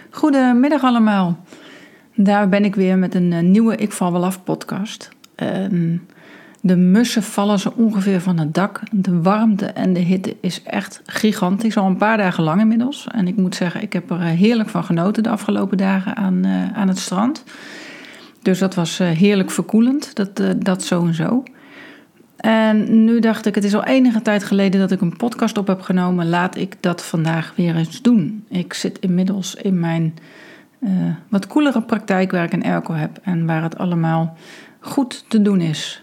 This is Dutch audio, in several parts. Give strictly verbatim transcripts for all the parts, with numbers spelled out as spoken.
Goedemiddag allemaal. Daar ben ik weer met een uh, nieuwe Ik Val Wel Af podcast. Uh, de mussen vallen zo ongeveer van het dak. De warmte en de hitte is echt gigantisch. Al een paar dagen lang inmiddels. En ik moet zeggen, ik heb er uh, heerlijk van genoten de afgelopen dagen aan, uh, aan het strand. Dus dat was uh, heerlijk verkoelend, dat, uh, dat zo en zo. En nu dacht ik, het is al enige tijd geleden dat ik een podcast op heb genomen. Laat ik dat vandaag weer eens doen. Ik zit inmiddels in mijn uh, wat koelere praktijk waar ik een airco heb. En waar het allemaal goed te doen is.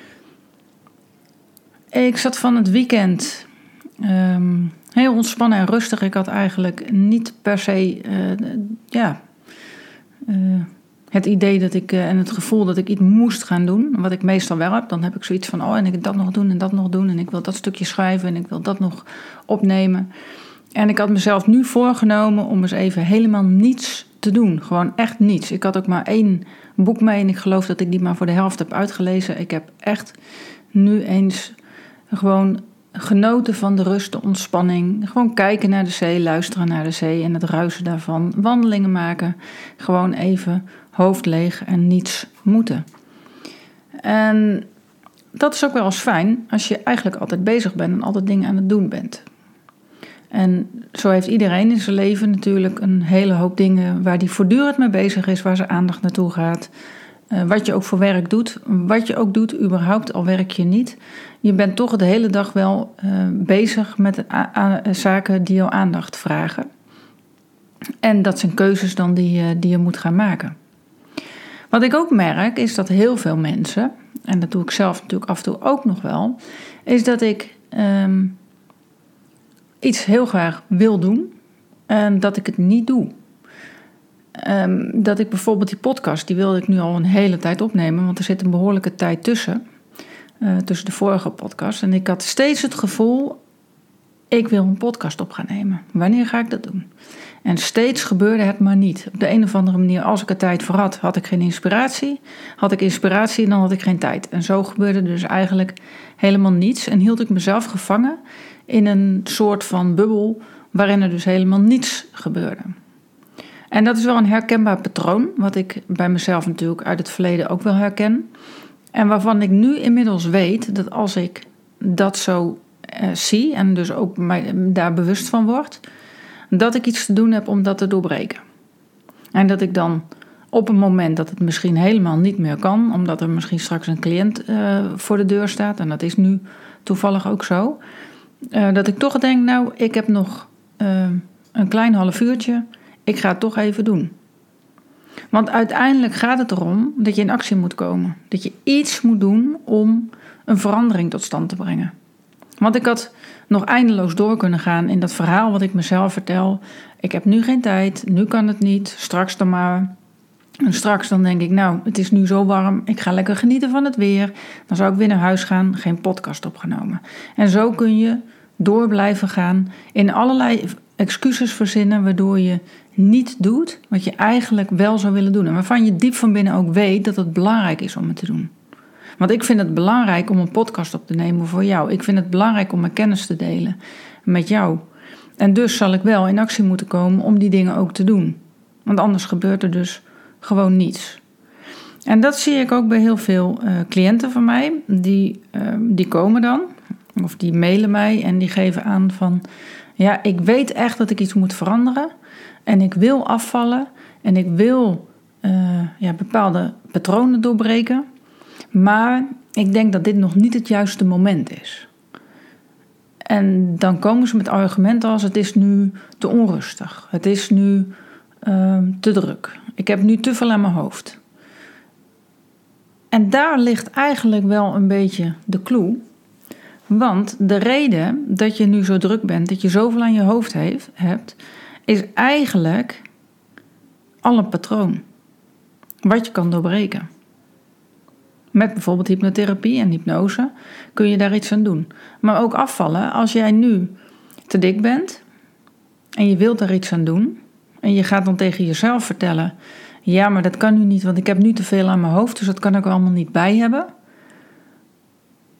Ik zat van het weekend um, heel ontspannen en rustig. Ik had eigenlijk niet per se uh, ja, uh, het idee dat ik uh, en het gevoel dat ik iets moest gaan doen. Wat ik meestal wel heb. Dan heb ik zoiets van, oh, en ik wil dat nog doen en dat nog doen. En ik wil dat stukje schrijven en ik wil dat nog opnemen. En ik had mezelf nu voorgenomen om eens even helemaal niets te doen. Gewoon echt niets. Ik had ook maar één boek mee en ik geloof dat ik die maar voor de helft heb uitgelezen. Ik heb echt nu eens gewoon genoten van de rust, de ontspanning. Gewoon kijken naar de zee, luisteren naar de zee en het ruisen daarvan. Wandelingen maken. Gewoon even hoofd leeg en niets moeten. En dat is ook wel eens fijn als je eigenlijk altijd bezig bent en altijd dingen aan het doen bent. En zo heeft iedereen in zijn leven natuurlijk een hele hoop dingen waar die voortdurend mee bezig is, waar zijn aandacht naartoe gaat. Uh, wat je ook voor werk doet, wat je ook doet, überhaupt, al werk je niet. Je bent toch de hele dag wel uh, bezig met a- a- zaken die jouw aandacht vragen. En dat zijn keuzes dan die, uh, die je moet gaan maken. Wat ik ook merk is dat heel veel mensen, en dat doe ik zelf natuurlijk af en toe ook nog wel, is dat ik um, iets heel graag wil doen en dat ik het niet doe. Um, dat ik bijvoorbeeld die podcast, die wilde ik nu al een hele tijd opnemen, want er zit een behoorlijke tijd tussen, uh, tussen de vorige podcast. En ik had steeds het gevoel, ik wil een podcast op gaan nemen. Wanneer ga ik dat doen? En steeds gebeurde het maar niet. Op de een of andere manier, als ik er tijd voor had, had ik geen inspiratie. Had ik inspiratie, dan had ik geen tijd. En zo gebeurde dus eigenlijk helemaal niets. En hield ik mezelf gevangen in een soort van bubbel waarin er dus helemaal niets gebeurde. En dat is wel een herkenbaar patroon, wat ik bij mezelf natuurlijk uit het verleden ook wel herken. En waarvan ik nu inmiddels weet dat als ik dat zo uh, zie en dus ook mij daar bewust van word, dat ik iets te doen heb om dat te doorbreken. En dat ik dan op een moment dat het misschien helemaal niet meer kan, omdat er misschien straks een cliënt uh, voor de deur staat, en dat is nu toevallig ook zo, uh, dat ik toch denk, nou, ik heb nog uh, een klein half uurtje, ik ga het toch even doen. Want uiteindelijk gaat het erom dat je in actie moet komen. Dat je iets moet doen om een verandering tot stand te brengen. Want ik had nog eindeloos door kunnen gaan in dat verhaal wat ik mezelf vertel. Ik heb nu geen tijd, nu kan het niet, straks dan maar. En straks dan denk ik, nou, het is nu zo warm, ik ga lekker genieten van het weer. Dan zou ik weer naar huis gaan, geen podcast opgenomen. En zo kun je door blijven gaan in allerlei excuses verzinnen waardoor je niet doet wat je eigenlijk wel zou willen doen. En waarvan je diep van binnen ook weet dat het belangrijk is om het te doen. Want ik vind het belangrijk om een podcast op te nemen voor jou. Ik vind het belangrijk om mijn kennis te delen met jou. En dus zal ik wel in actie moeten komen om die dingen ook te doen. Want anders gebeurt er dus gewoon niets. En dat zie ik ook bij heel veel uh, cliënten van mij. Die, uh, die komen dan, of die mailen mij en die geven aan van, ja, ik weet echt dat ik iets moet veranderen. En ik wil afvallen en ik wil uh, ja, bepaalde patronen doorbreken. Maar ik denk dat dit nog niet het juiste moment is. En dan komen ze met argumenten als, het is nu te onrustig. Het is nu uh, te druk. Ik heb nu te veel aan mijn hoofd. En daar ligt eigenlijk wel een beetje de clue. Want de reden dat je nu zo druk bent, dat je zoveel aan je hoofd heeft, hebt, is eigenlijk al een patroon. Wat je kan doorbreken. Met bijvoorbeeld hypnotherapie en hypnose kun je daar iets aan doen. Maar ook afvallen, als jij nu te dik bent en je wilt daar iets aan doen, en je gaat dan tegen jezelf vertellen, ja, maar dat kan nu niet, want ik heb nu te veel aan mijn hoofd, dus dat kan ik er allemaal niet bij hebben.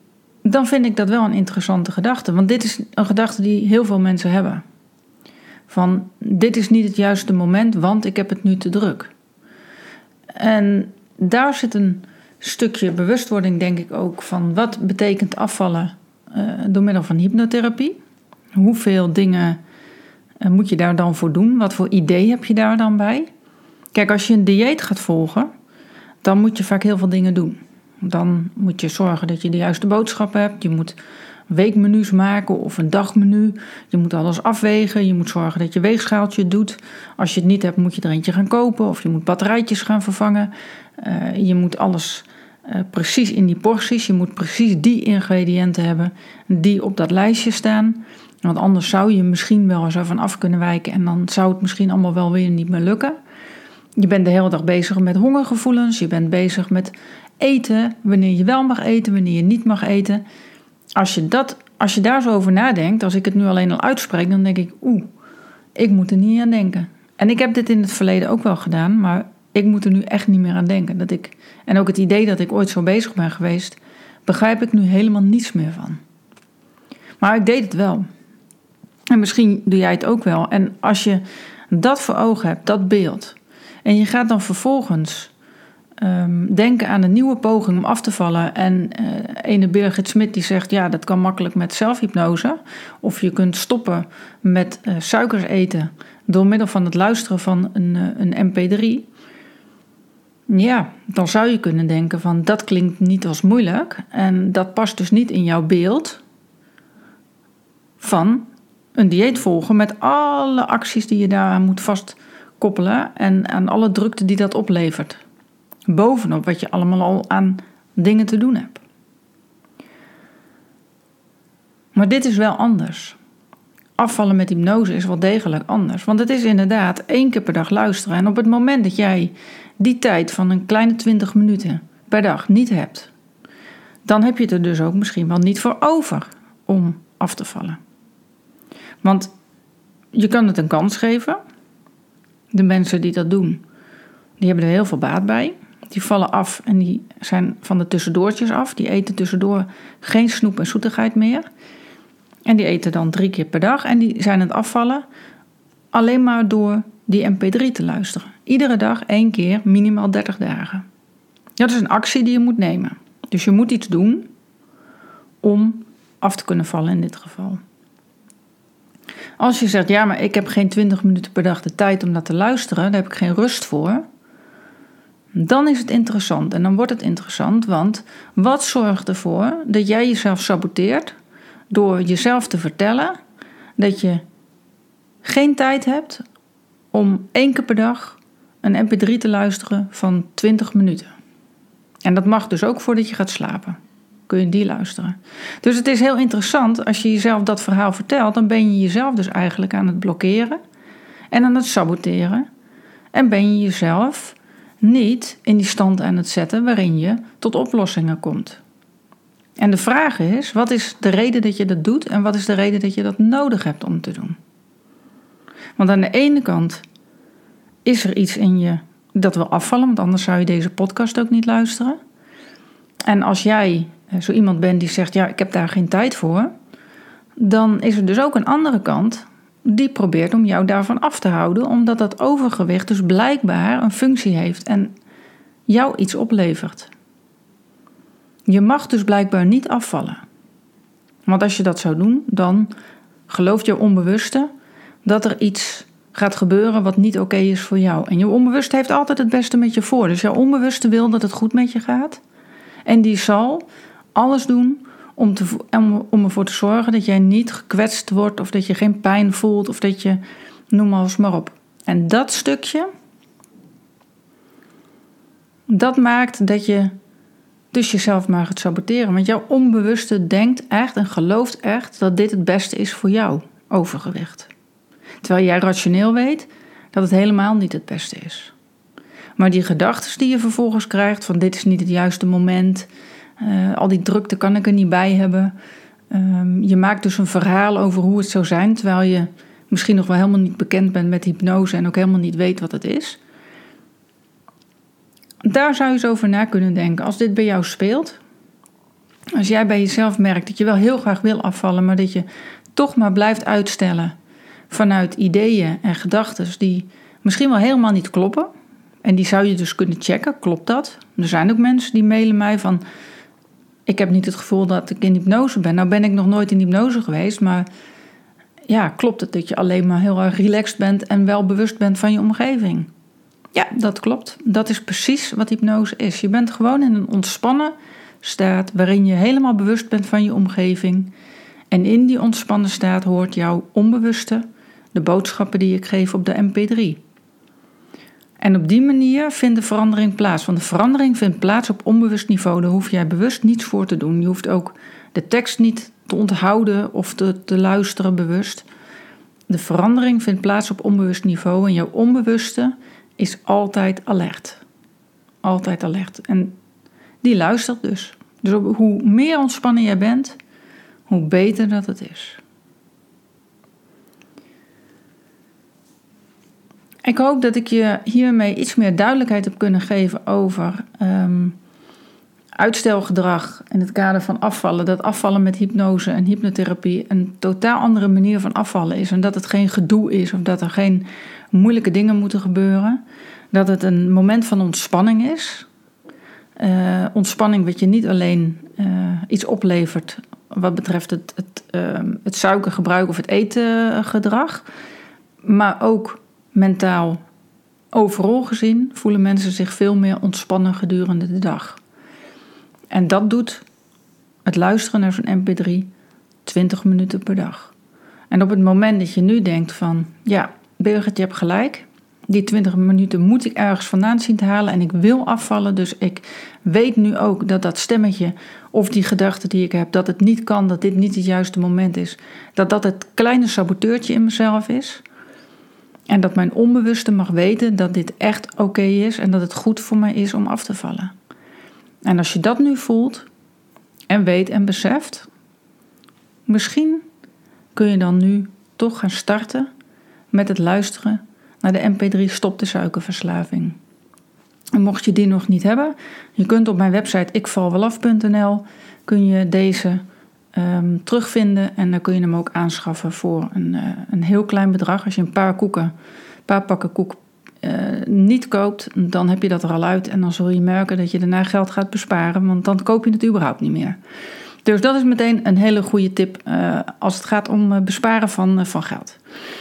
Dan vind ik dat wel een interessante gedachte. Want dit is een gedachte die heel veel mensen hebben. Van dit is niet het juiste moment, want ik heb het nu te druk. En daar zit een stukje bewustwording, denk ik ook, van wat betekent afvallen uh, door middel van hypnotherapie. Hoeveel dingen uh, moet je daar dan voor doen? Wat voor idee heb je daar dan bij? Kijk, als je een dieet gaat volgen, dan moet je vaak heel veel dingen doen. Dan moet je zorgen dat je de juiste boodschap hebt. Je moet weekmenu's maken of een dagmenu. Je moet alles afwegen. Je moet zorgen dat je weegschaaltje doet. Als je het niet hebt, moet je er eentje gaan kopen. Of je moet batterijtjes gaan vervangen. Uh, je moet alles uh, precies in die porties. Je moet precies die ingrediënten hebben die op dat lijstje staan. Want anders zou je misschien wel eens ervan af kunnen wijken. En dan zou het misschien allemaal wel weer niet meer lukken. Je bent de hele dag bezig met hongergevoelens. Je bent bezig met eten. Wanneer je wel mag eten, wanneer je niet mag eten. Als je, dat, als je daar zo over nadenkt, als ik het nu alleen al uitspreek, dan denk ik, oeh, ik moet er niet aan denken. En ik heb dit in het verleden ook wel gedaan, maar ik moet er nu echt niet meer aan denken. Dat ik, en ook het idee dat ik ooit zo bezig ben geweest, begrijp ik nu helemaal niets meer van. Maar ik deed het wel. En misschien doe jij het ook wel. En als je dat voor ogen hebt, dat beeld, en je gaat dan vervolgens Um, denken aan een nieuwe poging om af te vallen. En uh, ene Birgit Smit die zegt, ja, dat kan makkelijk met zelfhypnose. Of je kunt stoppen met uh, suikers eten door middel van het luisteren van een, uh, een M P drie. Ja, dan zou je kunnen denken van, dat klinkt niet als moeilijk. En dat past dus niet in jouw beeld van een dieet volgen met alle acties die je daaraan moet vastkoppelen en aan alle drukte die dat oplevert. Bovenop wat je allemaal al aan dingen te doen hebt. Maar dit is wel anders. Afvallen met hypnose is wel degelijk anders. Want het is inderdaad één keer per dag luisteren. En op het moment dat jij die tijd van een kleine twintig minuten per dag niet hebt, dan heb je het er dus ook misschien wel niet voor over om af te vallen. Want je kan het een kans geven. De mensen die dat doen, die hebben er heel veel baat bij. Die vallen af en die zijn van de tussendoortjes af. Die eten tussendoor geen snoep en zoetigheid meer. En die eten dan drie keer per dag. En die zijn aan het afvallen alleen maar door die M P drie te luisteren. Iedere dag één keer, minimaal dertig dagen. Dat is een actie die je moet nemen. Dus je moet iets doen om af te kunnen vallen in dit geval. Als je zegt, ja, maar ik heb geen twintig minuten per dag de tijd om dat te luisteren. Daar heb ik geen rust voor. Dan is het interessant. En dan wordt het interessant, want wat zorgt ervoor dat jij jezelf saboteert door jezelf te vertellen dat je geen tijd hebt om één keer per dag een M P drie te luisteren van twintig minuten. En dat mag dus ook voordat je gaat slapen. Kun je die luisteren. Dus het is heel interessant als je jezelf dat verhaal vertelt, dan ben je jezelf dus eigenlijk aan het blokkeren en aan het saboteren. En ben je jezelf niet in die stand aan het zetten waarin je tot oplossingen komt. En de vraag is, wat is de reden dat je dat doet en wat is de reden dat je dat nodig hebt om te doen? Want aan de ene kant is er iets in je dat wil afvallen, want anders zou je deze podcast ook niet luisteren. En als jij zo iemand bent die zegt, ja, ik heb daar geen tijd voor, dan is er dus ook een andere kant die probeert om jou daarvan af te houden, omdat dat overgewicht dus blijkbaar een functie heeft en jou iets oplevert. Je mag dus blijkbaar niet afvallen. Want als je dat zou doen, dan gelooft je onbewuste dat er iets gaat gebeuren wat niet oké is voor jou. En je onbewuste heeft altijd het beste met je voor. Dus jouw onbewuste wil dat het goed met je gaat. En die zal alles doen om, te, om, om ervoor te zorgen dat jij niet gekwetst wordt of dat je geen pijn voelt of dat je, noem alles maar op. En dat stukje, dat maakt dat je dus jezelf maar gaat saboteren. Want jouw onbewuste denkt echt en gelooft echt dat dit het beste is voor jou, overgewicht. Terwijl jij rationeel weet dat het helemaal niet het beste is. Maar die gedachten die je vervolgens krijgt van dit is niet het juiste moment, uh, al die drukte kan ik er niet bij hebben. Um, je maakt dus een verhaal over hoe het zou zijn, terwijl je misschien nog wel helemaal niet bekend bent met hypnose en ook helemaal niet weet wat het is. Daar zou je eens over na kunnen denken. Als dit bij jou speelt, als jij bij jezelf merkt dat je wel heel graag wil afvallen, maar dat je toch maar blijft uitstellen vanuit ideeën en gedachten die misschien wel helemaal niet kloppen. En die zou je dus kunnen checken, klopt dat? Er zijn ook mensen die mailen mij van, ik heb niet het gevoel dat ik in hypnose ben. Nou ben ik nog nooit in hypnose geweest, maar ja, klopt het dat je alleen maar heel erg relaxed bent en wel bewust bent van je omgeving? Ja, dat klopt. Dat is precies wat hypnose is. Je bent gewoon in een ontspannen staat waarin je helemaal bewust bent van je omgeving. En in die ontspannen staat hoort jouw onbewuste, de boodschappen die ik geef op de M P drie. En op die manier vindt de verandering plaats. Want de verandering vindt plaats op onbewust niveau. Daar hoef jij bewust niets voor te doen. Je hoeft ook de tekst niet te onthouden of te, te luisteren bewust. De verandering vindt plaats op onbewust niveau. En jouw onbewuste is altijd alert. Altijd alert. En die luistert dus. Dus hoe meer ontspannen jij bent, hoe beter dat het is. Ik hoop dat ik je hiermee iets meer duidelijkheid heb kunnen geven over um, uitstelgedrag in het kader van afvallen. Dat afvallen met hypnose en hypnotherapie een totaal andere manier van afvallen is. En dat het geen gedoe is of dat er geen moeilijke dingen moeten gebeuren. Dat het een moment van ontspanning is. Uh, ontspanning wat je niet alleen uh, iets oplevert wat betreft het, het, uh, het suikergebruik of het etengedrag. Maar ook mentaal overal gezien voelen mensen zich veel meer ontspannen gedurende de dag. En dat doet het luisteren naar zo'n M P drie twintig minuten per dag. En op het moment dat je nu denkt van, ja, Birgit, je hebt gelijk. Die twintig minuten moet ik ergens vandaan zien te halen en ik wil afvallen. Dus ik weet nu ook dat dat stemmetje of die gedachte die ik heb, dat het niet kan, dat dit niet het juiste moment is. Dat dat het kleine saboteurtje in mezelf is. En dat mijn onbewuste mag weten dat dit echt oké is en dat het goed voor mij is om af te vallen. En als je dat nu voelt en weet en beseft, misschien kun je dan nu toch gaan starten met het luisteren naar de M P drie Stop de Suikerverslaving. En mocht je die nog niet hebben, je kunt op mijn website ik val wel af punt n l kun je deze um, terugvinden en dan kun je hem ook aanschaffen voor een, uh, een heel klein bedrag. Als je een paar koeken, een paar pakken koek uh, niet koopt, dan heb je dat er al uit en dan zul je merken dat je daarna geld gaat besparen, want dan koop je het überhaupt niet meer. Dus dat is meteen een hele goede tip uh, als het gaat om uh, besparen van, uh, van geld.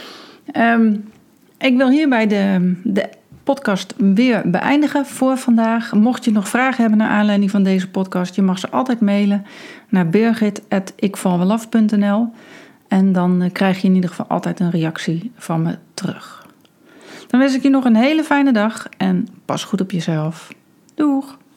Um, ik wil hierbij de, de podcast weer beëindigen voor vandaag. Mocht je nog vragen hebben naar aanleiding van deze podcast, je mag ze altijd mailen naar birgit at ik val wel af punt n l en dan uh, krijg je in ieder geval altijd een reactie van me terug. Dan wens ik je nog een hele fijne dag en pas goed op jezelf. Doeg!